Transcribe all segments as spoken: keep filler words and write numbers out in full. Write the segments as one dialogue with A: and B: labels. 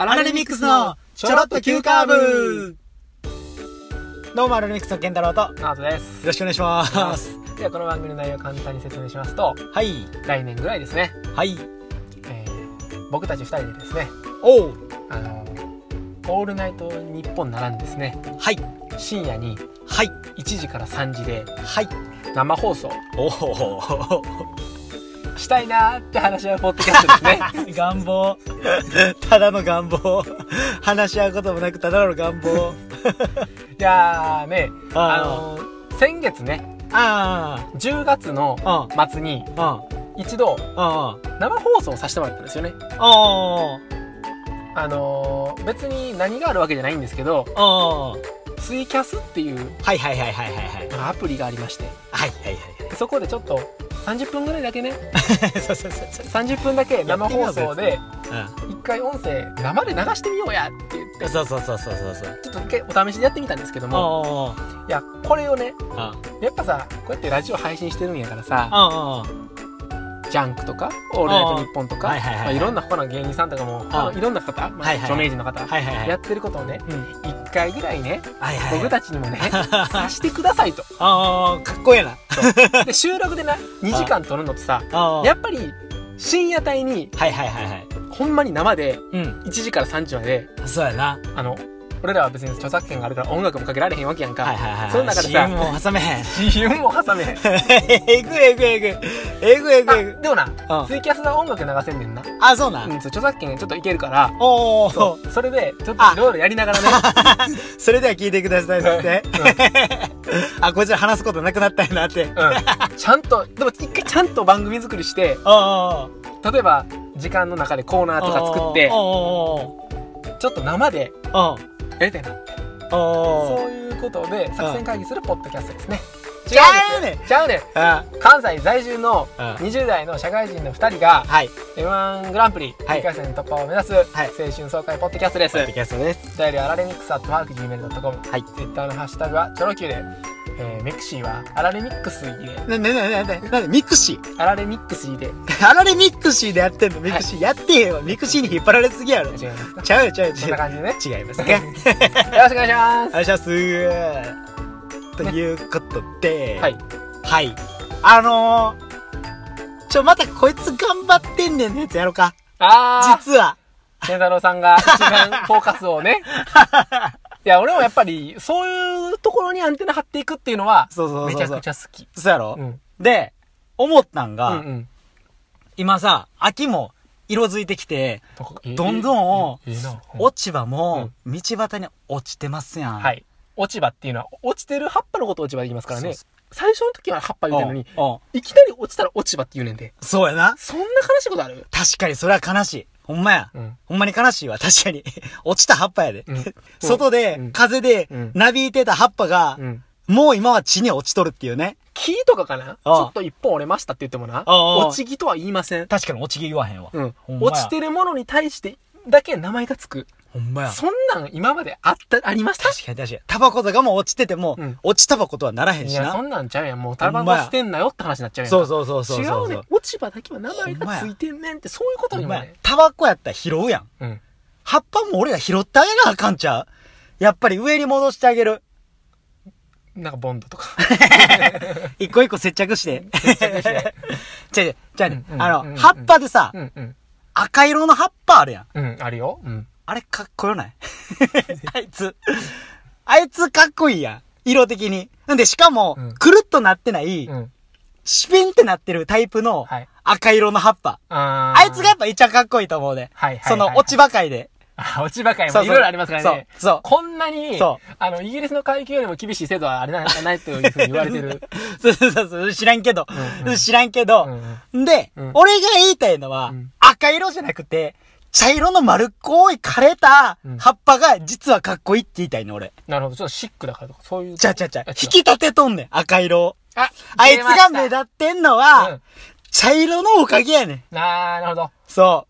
A: アラレミックスのちょろっと急カーブ。どうもアラレミックスの健太郎と
B: ナートです。
A: よろしくお願いします。
B: ではこの番組の内容を簡単に説明しますと、
A: はい、
B: 来年ぐらいですね、
A: はい、
B: えー、僕たちふたりでですね、
A: おう
B: あのオールナイトニッポンならぬですね、
A: はい、
B: 深夜に
A: はい
B: いちじからさんじで、
A: はい、
B: 生放送
A: おお
B: したいなーって話し合うポッドキャストですね。
A: 願望ただの願望話し合うこともなくただの願望
B: いやーね、
A: あ
B: あのー、先月ね、
A: あ
B: じゅうがつの末に
A: あ
B: 一度
A: あ
B: 生放送させてもらったんですよね。
A: あ
B: あのー、別に何があるわけじゃないんですけど、
A: あ
B: ツイキャスっていう
A: はいはいはいはいはいはい
B: アプリがありまして、
A: はいはいはい
B: そこでちょっとさんじゅっぷんぐらいだけね
A: そうそうそうそう
B: さんじゅっぷんだけ生放送で
A: う
B: 一回音声生で流してみようやって言って、
A: んそうそうそうそうそうそう
B: ちょっと一回お試しでやってみたんですけども、
A: あ
B: いやこれをね、
A: あ
B: やっぱさこうやってラジオ配信してるんやからさ、
A: ああ
B: ジャンクとかオールナイトニッポンとか、
A: はいはいはい
B: まあいろんな他の芸人さんとかも他のいろんな方、まあ
A: はいはい
B: 著名人の方
A: はいはいはい
B: やってることをね、
A: うん
B: 一回ぐらいね
A: はいはい
B: 僕たちにもねさしてくださいと。
A: ああかっこええな
B: そうで収録でなにじかん撮るのってさ、
A: ああ
B: やっぱり深夜帯に
A: はいはいはいはい
B: ほんまに生で
A: うん
B: いちじからさんじまで、
A: そうやな
B: あの俺らは別に著作権があるから音楽もかけられへんわけやんか、
A: はいはいはい
B: その中でさ
A: シーエム も挟めへん
B: シーエム も挟めへん
A: えぐえぐえぐえぐえぐえぐ
B: あでもな、
A: うん
B: ツイキャスは音楽流せんねんな。
A: あそうな、
B: うんん、そう著作権ちょっといけるから
A: おお
B: それでちょっといろいろやりながらね
A: それでは聞いてくださいって
B: うん
A: あこいつら話すことなくなったんやなって
B: うん、ちゃんとでも一回ちゃんと番組作りして
A: あ
B: 例えば時間の中でコーナーとか作って
A: おお
B: ちょっと生で
A: お
B: やりたいな
A: お
B: そういうことで作戦会議するポッドキャストですね。
A: ちゃうね
B: ちゃうねん
A: あ
B: 関西在住の
A: あ
B: にじゅう代の社会人のふたりが
A: はい
B: エムワン グランプリ
A: はい
B: いっかい戦突破を目指す
A: い
B: 青春爽快ポッドキャストです。
A: ポッドキャストです
B: お便りはアラレミックスアットマーク ジーメールドットコム、
A: はい
B: Twitter のハッシュタグはチョロ Q で、えー、メクシーはアラレミックスで
A: な、な、な、な、な、な、ミクシー
B: アラレミックスで
A: あられミクシーでやってんのミクシーやってへんわミクシーに引っ張られすぎやろ
B: 違いますか。
A: ちゃうよちゃうよ
B: こんな感じでね
A: 違いますか
B: よろしくお願いします。
A: お願いしますということで
B: はい
A: はいあのー、ちょまたこいつ頑張ってんねんのやつやろか
B: あ
A: 実は
B: ー健太郎さんが一番フォーカスをねいや俺もやっぱりそういうところにアンテナ張っていくっていうのは
A: そうそうそうそう
B: めちゃくちゃ好き。
A: そうやろ、
B: うん
A: で思ったんが、
B: うんうん
A: 今さ秋も色づいてきてどんどん
B: ええええな
A: 落ち葉も道端に落ちてますやん、
B: はい。落ち葉っていうのは落ちてる葉っぱのことを落ち葉で言いますからね。
A: そうそ
B: 最初の時は葉っぱ言うてるのに
A: うんうん
B: いきなり落ちたら落ち葉って言うねんで。
A: そうやな
B: そんな悲しいことある？
A: 確かにそれは悲しいほんまや、
B: うん
A: ほんまに悲しいわ確かに落ちた葉っぱやで、
B: うん
A: 外で、
B: うん
A: 風で、
B: うん
A: なびいてた葉っぱが、
B: うん。
A: もう今は地に落ちとるっていうね
B: 木とかかな？ち
A: ああ
B: ょっと一本折れましたって言ってもな。
A: ああ
B: 落ち木とは言いません。
A: 確かに落ち木言わへんわ、
B: うん
A: ほんまや
B: 落ちてるものに対してだけ名前がつく。
A: ほんまや
B: そんなん今まであった、ありました？
A: 確かに確かにタバコとかも落ちてても、
B: うん
A: 落ちタバコとはならへん
B: いや、
A: しな
B: そんなんちゃうやん。もうタバコ捨てんなよって話になっちゃうやんか。
A: そうそうそうそうそう
B: 違うね。落ち葉だけは名前がついてんねんってそういうこと
A: ほんまや
B: にもね。
A: タバコやったら拾うやん
B: うん。
A: 葉っぱも俺が拾ってあげなあかんちゃうやっぱり上に戻してあげる
B: なんかボンドとか。
A: 一個一個接着して
B: 接着して。
A: じゃあじゃあね、
B: うんうん
A: あの、
B: うんうん
A: 葉っぱでさ、
B: うんうん。
A: 赤色の葉っぱあるやん
B: うん、あるよ。うん。
A: あれかっこよないあいつ。あいつかっこいいやん。色的に。んで、しかも、
B: うん
A: くるっとなってない、
B: うん。
A: シュピンってなってるタイプの
B: はい
A: 赤色の葉っぱ。
B: あ
A: あいつがやっぱ一番かっこいいと思うね。
B: はいはいはい
A: その落ち葉界で。
B: あ、落ち葉界
A: そうそう
B: もいろいろありますからね。
A: そうそう
B: こんなに、
A: そ
B: あの、イギリスの階級よりも厳しい制度はあれな、ないというふうに言われてる。
A: そうそうそうそう、知らんけど。
B: うんうん
A: 知らんけど。
B: うん
A: で、
B: うん
A: 俺が言いたいのは、
B: うん
A: 赤色じゃなくて、茶色の丸っこい枯れた葉っぱが実はかっこいいって言いたいの、俺。
B: なるほど。ちょっとシックだからとか、そういう。
A: ちゃうちゃうちゃう。
B: あ違う
A: 引き立てとんねん、赤色を。
B: あ、
A: あいつが目立ってんのは、
B: うん
A: 茶色のおかげやねん。
B: あー、なるほど。
A: そ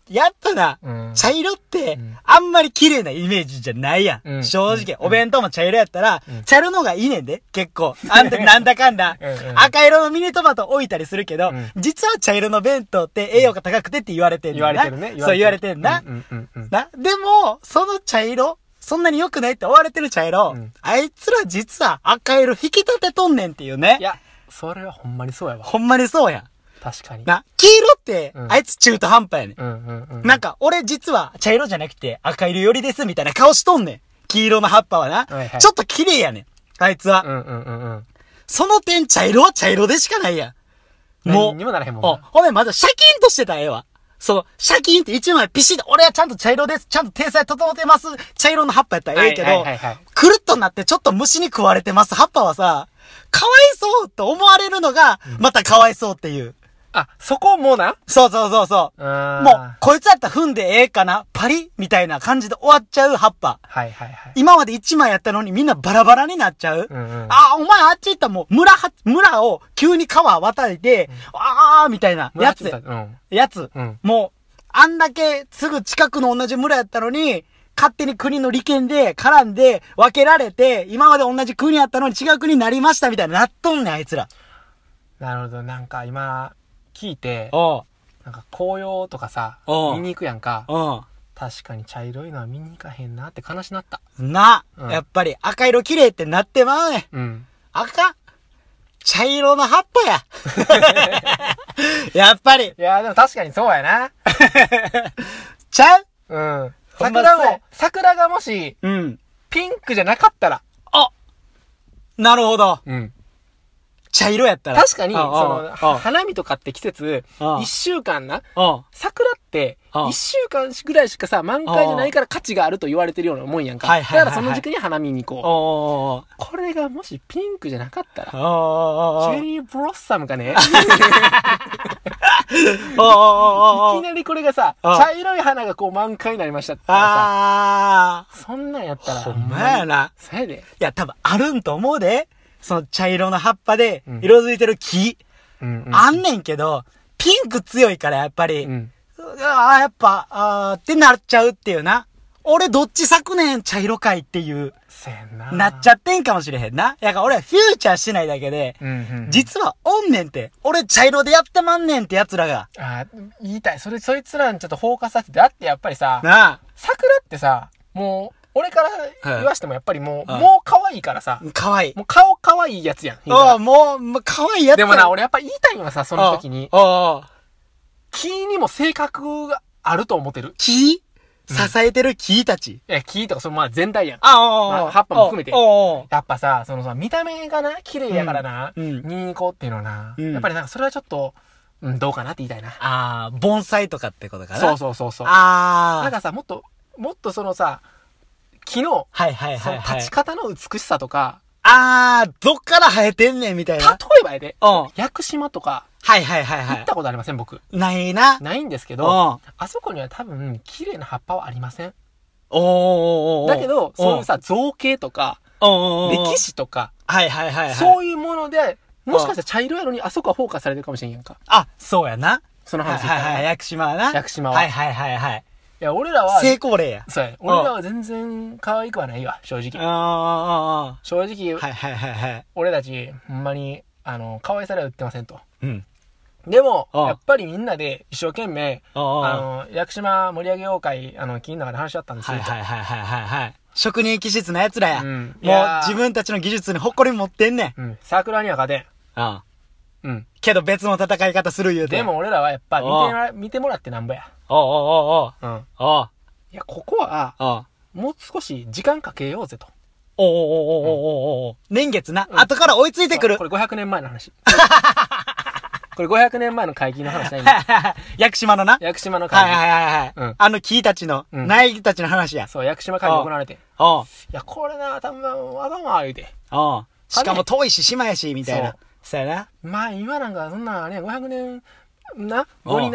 A: やっぱな、
B: うん、
A: 茶色って、
B: うん、
A: あんまり綺麗なイメージじゃないやん。うん、正直、うん、お弁当も茶色やったら、うん、茶色の方がいいねんで、結構。あんた、なんだかんだ。うんうん、赤色のミニトマト置いたりするけど、うん、実は茶色の弁当って栄養価高くてって言われてんねんな。
B: 言われてるね。
A: そう言われてんな。うんうんうん、な。でも、その茶色、そんなに良くないって追われてる茶色、うん、あいつら実は赤色引き立てとんねんっていうね。
B: いや、それはほんまにそうやわ。
A: ほんまにそうやん。
B: 確かに。
A: な、黄色って、うん、あいつ中途半端やねん。うんうんうん、なんか、俺実は茶色じゃなくて赤色寄りですみたいな顔しとんねん。黄色の葉っぱはな。はいはい、ちょっと綺麗やねん。あいつは。うんうんうんうん、その点茶色は茶色でしかないやん。もう。
B: 何にもならへんもんな。
A: ほんでまだシャキンとしてたらええわ。そう、シャキンって一枚ピシッと、俺はちゃんと茶色です。ちゃんと体裁整ってます。茶色の葉っぱやったらええけど、はいはいはいはい、くるっとなってちょっと虫に食われてます葉っぱはさ、かわいそうと思われるのが、またかわいそうっていう。
B: あ、そこもな
A: そうそうそうそう。もう、こいつやったら踏んでええかなパリみたいな感じで終わっちゃう葉っぱ。はいはいはい。今まで一枚やったのにみんなバラバラになっちゃう。うんうん、あ、お前あっち行ったらもう村は、村を急に川渡れて、うん、あーみたいなやつ。うん、やつ、うん。もう、あんだけすぐ近くの同じ村やったのに、勝手に国の利権で絡んで分けられて、今まで同じ国やったのに違う国になりましたみたいななっとんねん、あいつら。
B: なるほど、なんか今、聞いて、なんか紅葉とかさ、見に行くやんか。確かに茶色いのは見に行かへんなって悲しなった。
A: な、うん、やっぱり赤色綺麗ってなってまうね。うん。赤茶色の葉っぱや。やっぱり。
B: いや、でも確かにそうやな。
A: ちゃう？
B: うん。桜も、桜がもし、うん。ピンクじゃなかったら。
A: あ、なるほど。うん。茶色やったら。
B: 確かに、その、花見とかって季節、一週間な、桜って、一週間ぐらいしかさ、満開じゃないから価値があると言われてるようなもんやんか。だからその時期に花見に行こう。これがもしピンクじゃなかったら、チェリーブロッサムかねいきなりこれがさ、茶色い花がこう満開になりましたってさ、そんなんやったら。
A: ほんまやな。
B: そうやで。い
A: や、多分あるんと思うで。その茶色の葉っぱで色づいてる木、うんうん、あんねんけど、ピンク強いからやっぱり、うん、ああ、やっぱ、あーってなっちゃうっていうな。俺どっち咲くねん茶色かいっていう、な, なっちゃってんかもしれへんな。やから俺はフューチャーしないだけで、うんうんうん、実はおんねんって、俺茶色でやってまんねんって奴らが。
B: ああ、言いたい。それ、そいつらにちょっとフォーカスさせて、だってやっぱりさ、なあ桜ってさ、もう、俺から言わしてもやっぱりもう、はい、もう可愛いからさ。
A: 可愛い。
B: もう顔可愛いやつやん。
A: ああ、もう、もう可愛いやつ。
B: でもな、俺やっぱ言いたいのはさ、その時に。ああ。木にも性格があると思ってる。
A: 木支えてる木たち。
B: え、木とか、そのまあ全体やん。ああ、まあ、葉っぱも含めて。やっぱさ、そのさ、見た目がな、綺麗やからな、うん、見に行こうっていうのはな、うん、やっぱりなんかそれはちょっと、うん、どうかなって言いたいな。
A: ああ、盆栽とかってことかな。
B: そうそうそうそう。ああ。なんかさ、もっと、もっとそのさ、木の、はいはいはい、はい。その立ち方の美しさとか。
A: あー、どっから生えてんねんみたいな。
B: 例えばやで。うん。屋久島とか。はいはいはいはい。行ったことありません僕。
A: ないな。
B: ないんですけど、あそこには多分、綺麗な葉っぱはありません。おーおーおー。だけど、そういうさ、造形とか、おーおー歴史とか。はいはいはいはい。そういうもので、もしかしたら茶色やのにあそこはフォーカスされてるかもしれんやんか。
A: あ、そうやな。
B: その話。
A: はいはいはい。屋久島はな。
B: 屋久島は。
A: はいはいはいはい。
B: いや、俺らは。
A: 成功例や。
B: そうや。俺らは全然可愛くはないわ、正直。ああ、正直。はいはいはいはい。俺たち、ほんまに、あの、可愛さでは売ってませんと。うん。でも、やっぱりみんなで一生懸命、あの、屋久島盛り上げよう会、あの、木の中で話し合ったんですよ。はいはいはいはいはい。職人気質な奴らや。うん。もう、自分たちの技術に誇り持ってんねん。うん。桜には勝てん。ああ。うん。けど別の戦い方する言うて。でも俺らはやっぱ見て、見てもらってなんぼや。おうおうおうおう。うん。おう。いや、ここは、もう少し時間かけようぜと。おうおうおうおうおうおう。年月な。後から追いついてくる。これごひゃくねんまえの話。これごひゃくねんまえの会議の話ないんだ。屋久島のな。屋久島の会議。はいはいはいはい。あの木たちの、苗木たちの話や。そう、屋久島会議行われて。おう。いや、これな、多分、わがまま言うて。おう。しかも遠いし島やし、みたいな。そうやな。まあ今なんかそんなね、ごひゃくねんな、後にな、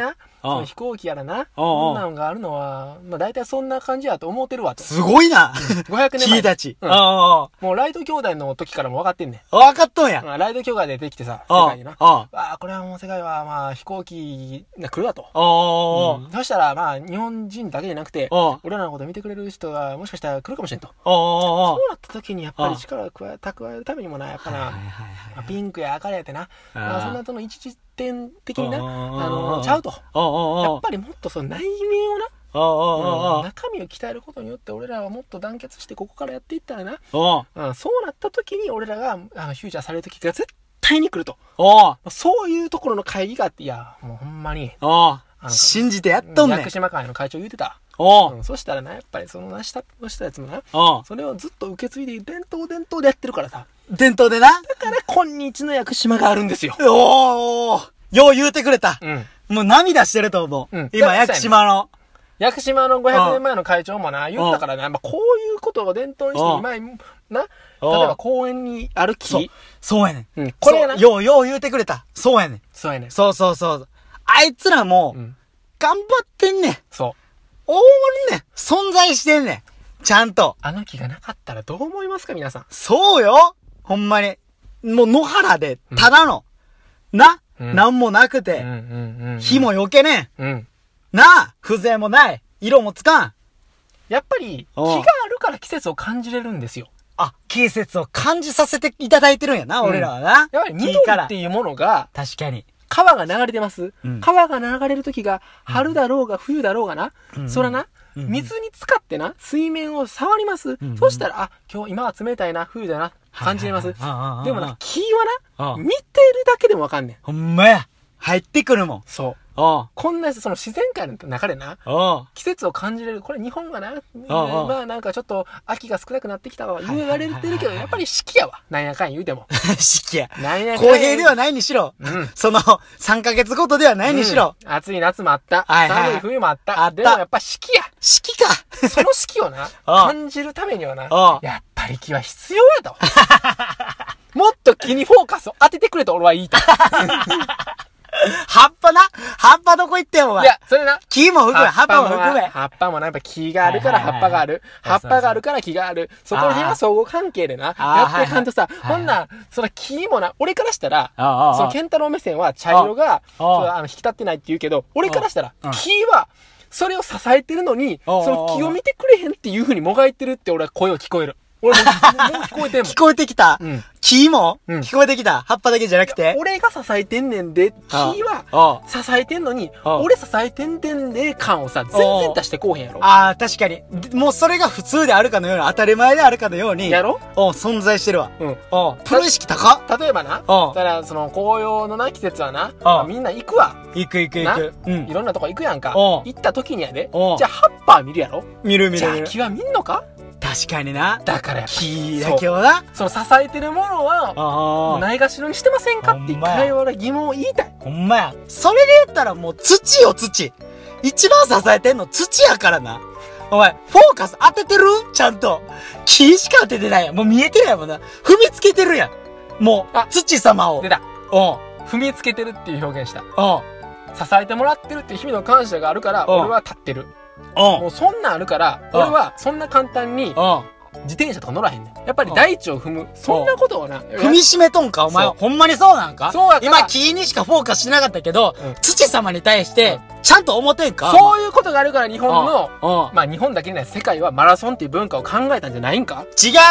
B: その飛行機やらな、そんなのがあるのは、まあ大体そんな感じやと思ってるわと。
A: すごいな。
B: ごひゃくねんまえ。
A: 君たち。
B: うん、もうライド兄弟の時からも分かってんねん。
A: 分かっとんや。
B: ライド兄弟でできてさ、世界にな。ああ、これはもう世界はまあ飛行機が来るわと。うん、そしたらまあ日本人だけじゃなくて、俺らのこと見てくれる人がもしかしたら来るかもしれんと。そうなった時にやっぱり力を加え、蓄えるためにもな、やっぱな、ピンクや赤やってな、まあ、そんなその一時点的にな、あの、ちゃうと。やっぱりもっとその内面をな、うん、中身を鍛えることによって俺らはもっと団結してここからやっていったらな、うん、そうなった時に俺らがあのフューチャーされる時が絶対に来ると。そういうところの会議があって、いや、もうほんまに。
A: 信じてやっとんねん。
B: 屋久島会の会長言うてた。うん、そしたらな、やっぱりそのな、したとしたやつもな、それをずっと受け継いで伝統伝統でやってるからさ。
A: 伝統でな。
B: だから今日の屋久島があるんですよ。
A: おー、よう言うてくれた。うん、もう涙してると思う。うん、今、屋久島の。
B: 屋久島のごひゃくねんまえの会長もな、言ったからな、まあ、こういうことを伝統にして、今、な、例えば公園にある木。
A: そう、そうやねん。
B: うん、これやな。
A: よう、よう言うてくれた。そうやねん。
B: そうやねん。
A: そうそうそう。あいつらも、うん、頑張ってんねん。
B: そう。
A: 大盛りねん。存在してんねん。ちゃんと。
B: あの木がなかったらどう思いますか、皆さん。
A: そうよ。ほんまに。もう野原で、ただの、うん、な、うん、なんもなくて、火もよけねん。うん、なあ、風情もない。色もつかん。
B: やっぱり、木があるから季節を感じれるんですよ。
A: あ、季節を感じさせていただいてるんやな、うん、俺らはな。
B: やっぱり緑っていうものが、
A: 確かに。
B: 川が流れてます。うん、川が流れる時が、春だろうが冬だろうがな。うん、そらな、うん、水に浸かってな、水面を触ります。うん、そしたら、あ、今日、今は冷たいな、冬だな、感じれます。でもな、木はな、見てるだけでもわかんねん。
A: ほんまや。入ってくるもん。
B: そう。こんな、その自然界の中でな、季節を感じれる。これ日本がな、まあなんかちょっと秋が少なくなってきたわ言われてるけど、やっぱり四季やわ。なんやかん言うても。
A: 四季や。
B: なんや
A: かん。公平ではないにしろ。うん。その、さんかげつごとではないにしろ。
B: うん、暑い夏もあった。寒い冬もあった。あった。でもやっぱ四季や。
A: 四季か。
B: その四季をな、感じるためにはな、やっぱり木は必要やと。もっと木にフォーカスを当ててくれと俺は言いたい。
A: 葉っぱな葉っぱどこ行ってんお前。
B: いや、それな。
A: 木も含め、葉っぱも含め。
B: 葉っぱもな、やっぱ木があるから葉っぱがある。葉っぱがあるから木がある。そこら辺は相互関係でな。やっていかんとさ、ほんな、その木もな、俺からしたら、そのケンタロウ目線は茶色が、あの、引き立ってないって言うけど、俺からしたら、木は、それを支えてるのに、その木を見てくれへんっていう風にもがいてるって俺は声を聞こえる。俺も、もう聞こえてんもん。
A: 聞こえてきた、うん、木も、うん、聞こえてきた葉っぱだけじゃなくて
B: 俺が支えてんねんで、木は支えてんのに、俺支えてんねんで感をさ、全然出してこうへんやろ。
A: ああ、確かに。もうそれが普通であるかのように、当たり前であるかのように。
B: やろ
A: お存在してるわ。うん。おプロ意識高
B: っ例えばな、だからその紅葉のな、季節はな、みんな行くわ。
A: 行く行く行く。
B: うん。いろんなとこ行くやんか。行った時にやで。じゃあ葉っぱ見るやろ
A: 見る見る。
B: じゃあ木は見んのか
A: 確かにな。
B: だからやっぱ
A: 木だけをな。
B: その支えてるものは、ないがしろにしてませんかって一回俺疑問を言いたい。
A: ほんまや。それで言ったらもう土よ土。一番支えてんの土やからな。お前、フォーカス当ててるちゃんと。木しか当ててないやん。もう見えてるやんもんな。踏みつけてるやん。もう、土様を。
B: 出た。うん。踏みつけてるっていう表現した。うん。支えてもらってるっていう日々の感謝があるから、俺は立ってる。もうそんなんあるから、俺はそんな簡単に自転車とか乗らへんねん。やっぱり大地を踏む。そんなことはな。
A: 踏みしめとんかお前。ほんまにそうなんかそうやから。今木にしかフォーカスしなかったけど、土様に対してちゃんと思ってんか
B: そういうことがあるから日本の、まあ日本だけでない世界はマラソンっていう文化を考えたんじゃないんか
A: 違う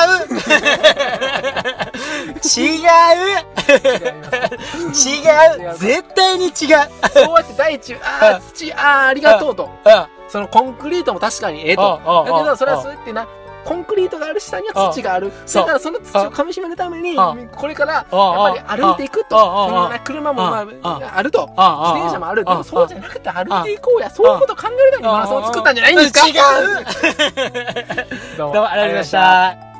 A: 違う違う絶対に違うそうや
B: って大地、ああ、土、ああ、ありがとうと。そのコンクリートも確かにええと。だけど、それはそうやってな、コンクリートがある下には土がある。だからその土を噛み締めるために、これから、やっぱり歩いていくと。車もまあ、あると。自転車もある。でもそうじゃなくて歩いていこうや。そういうこと考えるためにマラソンを作ったんじゃないんですか違
A: うどうもありがとうございました。